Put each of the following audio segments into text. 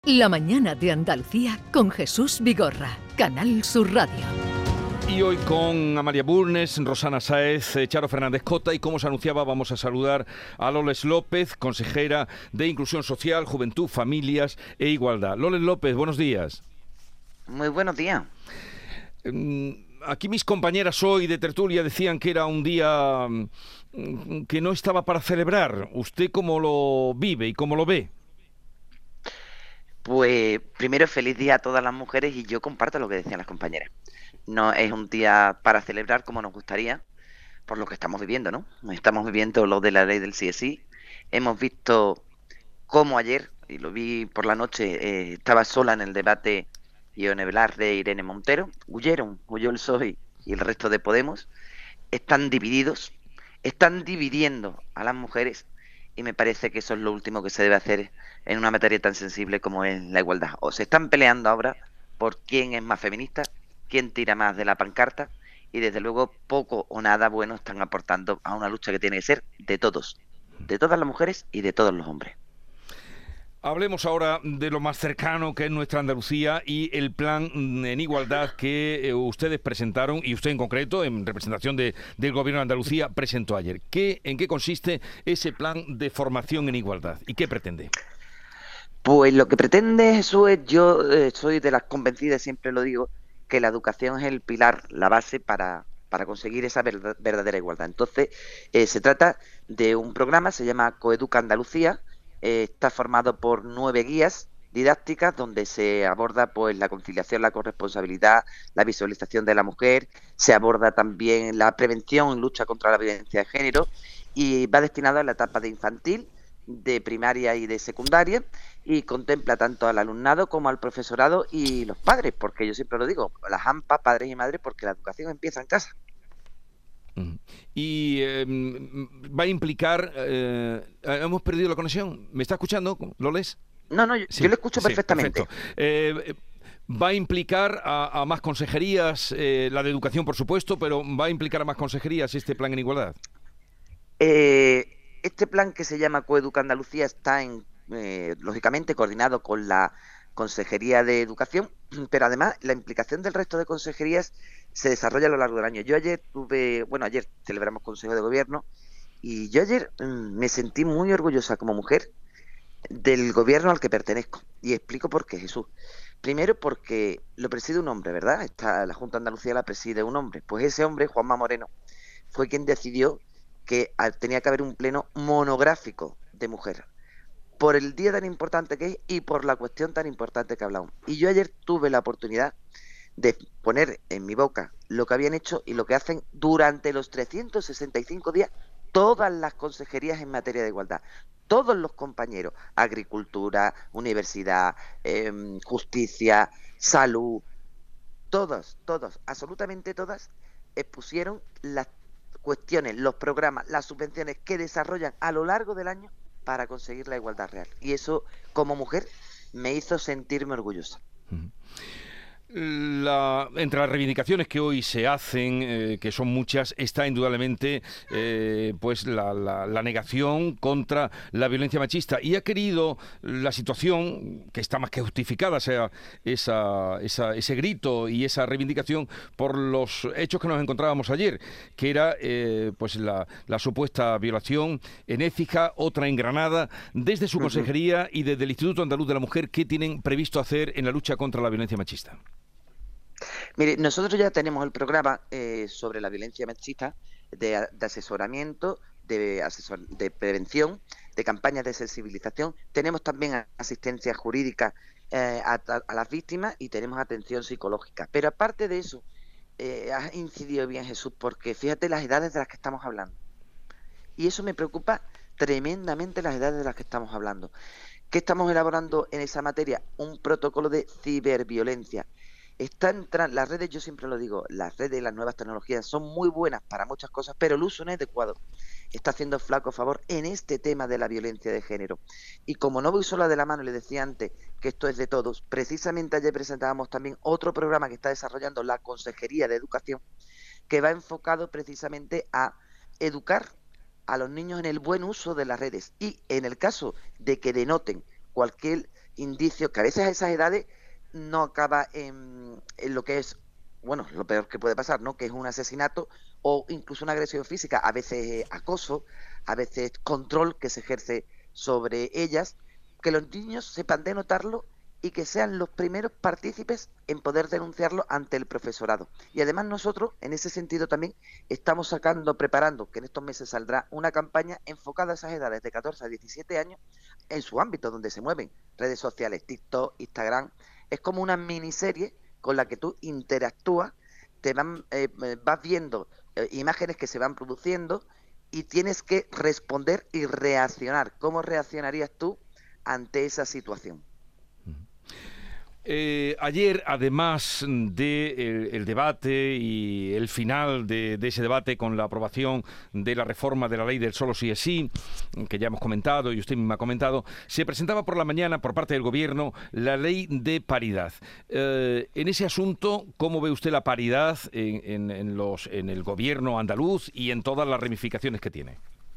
La mañana de Andalucía con Jesús Vigorra, Canal Sur Radio. Y hoy con Amalia Bulnes, Rosana Sáez, Charo Fernández Cota y, como se anunciaba, vamos a saludar a Loles López, consejera de Inclusión Social, Juventud, Familias e Igualdad. Loles López, buenos días. Muy buenos días. Aquí mis compañeras hoy de tertulia decían que era un día que no estaba para celebrar. ¿Usted cómo lo vive y cómo lo ve? Pues primero feliz día a todas las mujeres y yo comparto lo que decían las compañeras. No es un día para celebrar como nos gustaría, por lo que estamos viviendo, ¿no? Estamos viviendo lo de la ley del sí es sí. Hemos visto cómo ayer, y lo vi por la noche, estaba sola en el debate Ione Belarre e Irene Montero. Huyó el PSOE y el resto de Podemos. Están divididos, están dividiendo a las mujeres y me parece que eso es lo último que se debe hacer en una materia tan sensible como es la igualdad. O se están peleando ahora por quién es más feminista, quién tira más de la pancarta y desde luego poco o nada bueno están aportando a una lucha que tiene que ser de todos, de todas las mujeres y de todos los hombres. Hablemos ahora de lo más cercano que es nuestra Andalucía y el plan en igualdad que ustedes presentaron, y usted en concreto, en representación del Gobierno de Andalucía, presentó ayer. ¿En qué consiste ese plan de formación en igualdad y qué pretende? Pues lo que pretende Jesús es, yo soy de las convencidas, siempre lo digo, que la educación es el pilar, la base para conseguir esa verdadera igualdad. Entonces, se trata de un programa, se llama Coeduca Andalucía. Está formado por 9 guías didácticas donde se aborda pues la conciliación, la corresponsabilidad, la visualización de la mujer, se aborda también la prevención y lucha contra la violencia de género y va destinado a la etapa de infantil, de primaria y de secundaria y contempla tanto al alumnado como al profesorado y los padres, porque yo siempre lo digo, las AMPA, padres y madres, porque la educación empieza en casa. Y va a implicar... hemos perdido la conexión. ¿Me está escuchando, Loles? No, yo Sí, lo escucho sí, perfectamente. perfecto. Va a implicar a más consejerías, la de educación, por supuesto, pero va a implicar a más consejerías este plan en igualdad. Este plan que se llama Coeduca Andalucía está lógicamente coordinado con la Consejería de Educación, pero además la implicación del resto de consejerías se desarrolla a lo largo del año. Yo ayer ayer celebramos Consejo de Gobierno y yo ayer me sentí muy orgullosa como mujer del gobierno al que pertenezco. Y explico por qué, Jesús. Primero porque lo preside un hombre, ¿verdad? La Junta de Andalucía la preside un hombre. Pues ese hombre, Juanma Moreno, fue quien decidió que tenía que haber un pleno monográfico de mujer, por el día tan importante que es y por la cuestión tan importante que hablamos. Y yo ayer tuve la oportunidad de poner en mi boca lo que habían hecho y lo que hacen durante los 365 días todas las consejerías en materia de igualdad. Todos los compañeros, agricultura, universidad, justicia, salud, todos, absolutamente todas, expusieron las cuestiones, los programas, las subvenciones que desarrollan a lo largo del año para conseguir la igualdad real. Y eso, como mujer, me hizo sentirme orgullosa. Entre las reivindicaciones que hoy se hacen, que son muchas, está indudablemente pues la negación contra la violencia machista. Y ha querido la situación, que está más que justificada, sea ese grito y esa reivindicación por los hechos que nos encontrábamos ayer, que era pues la supuesta violación en Écija, otra en Granada, desde su consejería y desde el Instituto Andaluz de la Mujer. ¿Qué tienen previsto hacer en la lucha contra la violencia machista? Mire, nosotros ya tenemos el programa sobre la violencia machista de asesoramiento, de prevención, de campañas de sensibilización. Tenemos también asistencia jurídica a las víctimas y tenemos atención psicológica. Pero aparte de eso, has incidido bien, Jesús, porque fíjate las edades de las que estamos hablando. Y eso me preocupa tremendamente, las edades de las que estamos hablando. ¿Qué estamos elaborando en esa materia? Un protocolo de ciberviolencia. Las redes, yo siempre lo digo, las redes y las nuevas tecnologías son muy buenas para muchas cosas, pero el uso no es adecuado. Está haciendo flaco favor en este tema de la violencia de género. Y como no voy sola de la mano, le decía antes que esto es de todos, precisamente ayer presentábamos también otro programa que está desarrollando la Consejería de Educación, que va enfocado precisamente a educar a los niños en el buen uso de las redes y en el caso de que denoten cualquier indicios que a veces a esas edades no acaba en lo que es, bueno, lo peor que puede pasar, ¿no? Que es un asesinato o incluso una agresión física, a veces acoso, a veces control que se ejerce sobre ellas, que los niños sepan denotarlo y que sean los primeros partícipes en poder denunciarlo ante el profesorado. Y además nosotros, en ese sentido también, estamos preparando, que en estos meses saldrá una campaña enfocada a esas edades de 14 a 17 años en su ámbito donde se mueven, redes sociales, TikTok, Instagram. Es como una miniserie con la que tú interactúas, vas viendo imágenes que se van produciendo y tienes que responder y reaccionar. ¿Cómo reaccionarías tú ante esa situación? Ayer, además de el debate y el final de ese debate con la aprobación de la reforma de la ley del solo sí es sí, que ya hemos comentado y usted misma ha comentado, se presentaba por la mañana por parte del Gobierno la ley de paridad. En ese asunto, ¿cómo ve usted la paridad en el Gobierno andaluz y en todas las ramificaciones que tiene?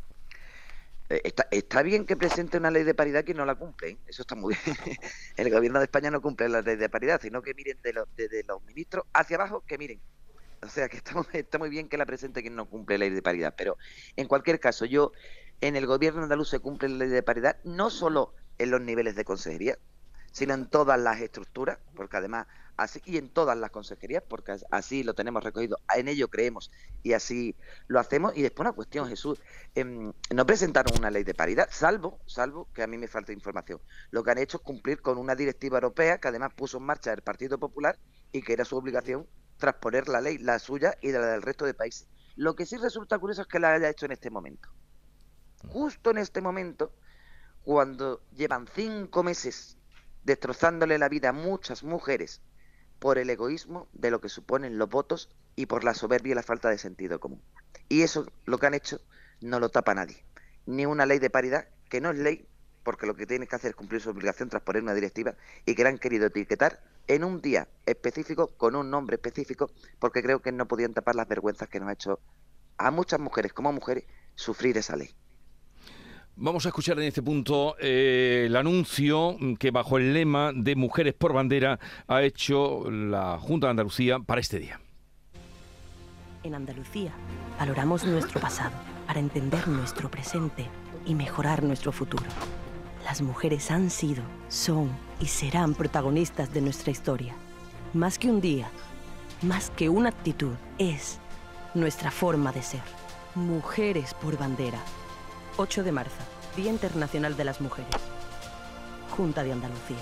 Está bien que presente una ley de paridad que no la cumple, ¿eh? Eso está muy bien. El gobierno de España no cumple la ley de paridad, sino que miren desde los ministros hacia abajo, que miren. O sea, que está muy bien que la presente quien no cumple la ley de paridad. Pero en cualquier caso, en el gobierno andaluz se cumple la ley de paridad, no solo en los niveles de consejería, sino en todas las estructuras, porque además así, y en todas las consejerías, porque así lo tenemos recogido, en ello creemos y así lo hacemos. Y después una cuestión, Jesús, no presentaron una ley de paridad, salvo que a mí me falta información. Lo que han hecho es cumplir con una directiva europea que además puso en marcha el Partido Popular y que era su obligación transponer la ley, la suya y la del resto de países. Lo que sí resulta curioso es que la haya hecho en este momento. Justo en este momento, cuando llevan 5 meses destrozándole la vida a muchas mujeres por el egoísmo de lo que suponen los votos y por la soberbia y la falta de sentido común. Y eso, lo que han hecho, no lo tapa nadie. Ni una ley de paridad, que no es ley, porque lo que tiene que hacer es cumplir su obligación tras poner una directiva, y que la han querido etiquetar en un día específico, con un nombre específico, porque creo que no podían tapar las vergüenzas que nos ha hecho a muchas mujeres como a mujeres sufrir esa ley. Vamos a escuchar en este punto el anuncio que bajo el lema de Mujeres por Bandera ha hecho la Junta de Andalucía para este día. En Andalucía valoramos nuestro pasado para entender nuestro presente y mejorar nuestro futuro. Las mujeres han sido, son y serán protagonistas de nuestra historia. Más que un día, más que una actitud, es nuestra forma de ser. Mujeres por Bandera. 8 de marzo, Día Internacional de las Mujeres. Junta de Andalucía.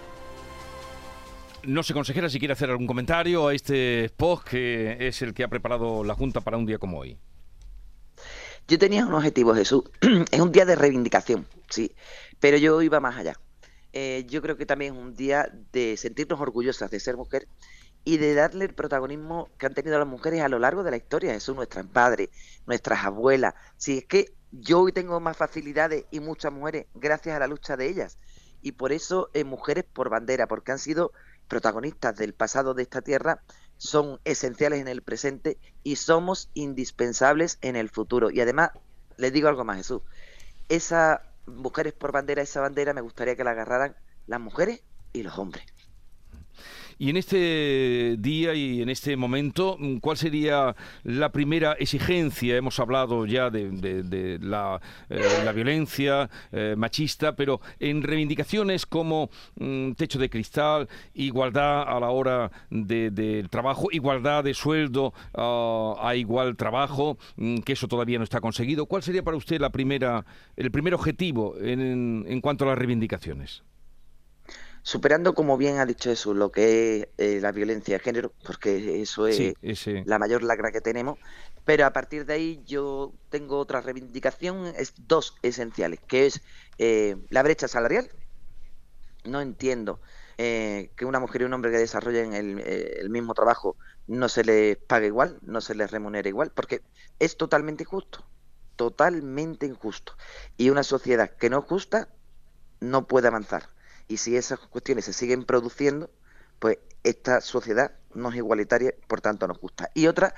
No sé, consejera, si quiere hacer algún comentario a este post que es el que ha preparado la Junta para un día como hoy. Yo tenía un objetivo, Jesús. Es un día de reivindicación, sí, pero yo iba más allá. Yo creo que también es un día de sentirnos orgullosas de ser mujer y de darle el protagonismo que han tenido las mujeres a lo largo de la historia. Jesús, nuestras madres, nuestras abuelas. Si es que yo hoy tengo más facilidades y muchas mujeres gracias a la lucha de ellas. Y por eso Mujeres por Bandera, porque han sido protagonistas del pasado de esta tierra, son esenciales en el presente y somos indispensables en el futuro. Y además, les digo algo más, Jesús. Esa Mujeres por Bandera, esa bandera me gustaría que la agarraran las mujeres y los hombres. Y en este día y en este momento, ¿cuál sería la primera exigencia? Hemos hablado ya de la violencia machista, pero en reivindicaciones como techo de cristal, igualdad a la hora del trabajo, igualdad de sueldo a igual trabajo, que eso todavía no está conseguido. ¿Cuál sería para usted el primer objetivo en cuanto a las reivindicaciones? Superando, como bien ha dicho Jesús, lo que es la violencia de género, porque eso es la mayor lacra que tenemos, pero a partir de ahí yo tengo otra reivindicación, dos esenciales, que es la brecha salarial. No entiendo que una mujer y un hombre que desarrollen el mismo trabajo no se les pague igual, no se les remunere igual, porque es totalmente injusto, y una sociedad que no es justa no puede avanzar. Y si esas cuestiones se siguen produciendo, pues esta sociedad no es igualitaria, por tanto no es justa. Y otra,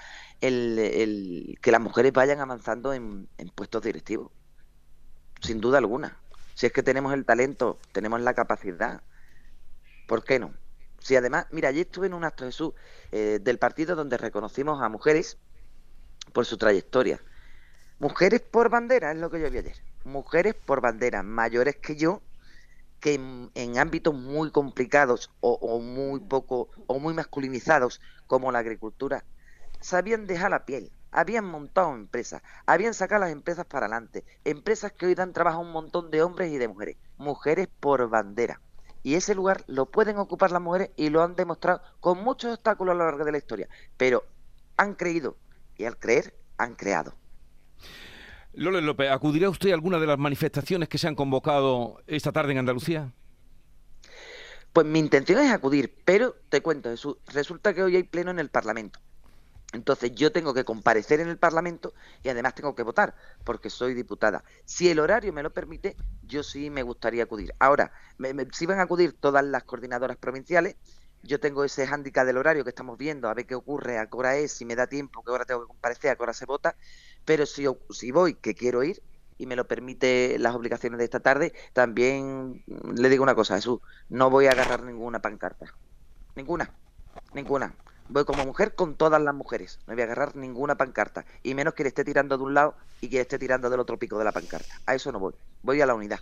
que las mujeres vayan avanzando en puestos directivos, sin duda alguna. Si es que tenemos el talento, tenemos la capacidad, ¿por qué no? Si además, mira, ayer estuve en un acto, Jesús, del partido donde reconocimos a mujeres por su trayectoria. Mujeres por bandera, es lo que yo vi ayer. Mujeres por bandera, mayores que yo, que en ámbitos muy complicados o muy poco, o muy masculinizados, como la agricultura, sabían dejar la piel, habían montado empresas, habían sacado las empresas para adelante, empresas que hoy dan trabajo a un montón de hombres y de mujeres, mujeres por bandera. Y ese lugar lo pueden ocupar las mujeres y lo han demostrado con muchos obstáculos a lo largo de la historia, pero han creído y al creer han creado. Loles López, ¿acudirá usted a alguna de las manifestaciones que se han convocado esta tarde en Andalucía? Pues mi intención es acudir, pero te cuento, Jesús, resulta que hoy hay pleno en el Parlamento. Entonces yo tengo que comparecer en el Parlamento y además tengo que votar, porque soy diputada. Si el horario me lo permite, yo sí me gustaría acudir. Ahora, si van a acudir todas las coordinadoras provinciales, yo tengo ese hándicap del horario que estamos viendo, a ver qué ocurre, a qué hora es, si me da tiempo, qué hora tengo que comparecer, a qué hora se vota, pero si voy, que quiero ir, y me lo permite las obligaciones de esta tarde, también le digo una cosa, Jesús, no voy a agarrar ninguna pancarta. Ninguna. Voy como mujer con todas las mujeres. No voy a agarrar ninguna pancarta. Y menos que le esté tirando de un lado y que le esté tirando del otro pico de la pancarta. A eso no voy. Voy a la unidad.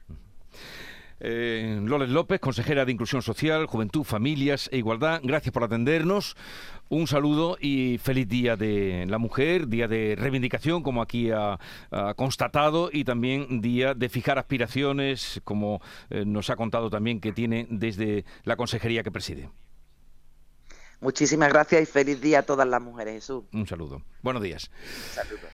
Loles López, consejera de Inclusión Social, Juventud, Familias e Igualdad, gracias por atendernos. Un saludo y feliz Día de la Mujer, día de reivindicación, como aquí ha constatado, y también día de fijar aspiraciones, como nos ha contado también que tiene desde la consejería que preside. Muchísimas gracias y feliz día a todas las mujeres, Jesús. Un saludo. Buenos días. Saludos.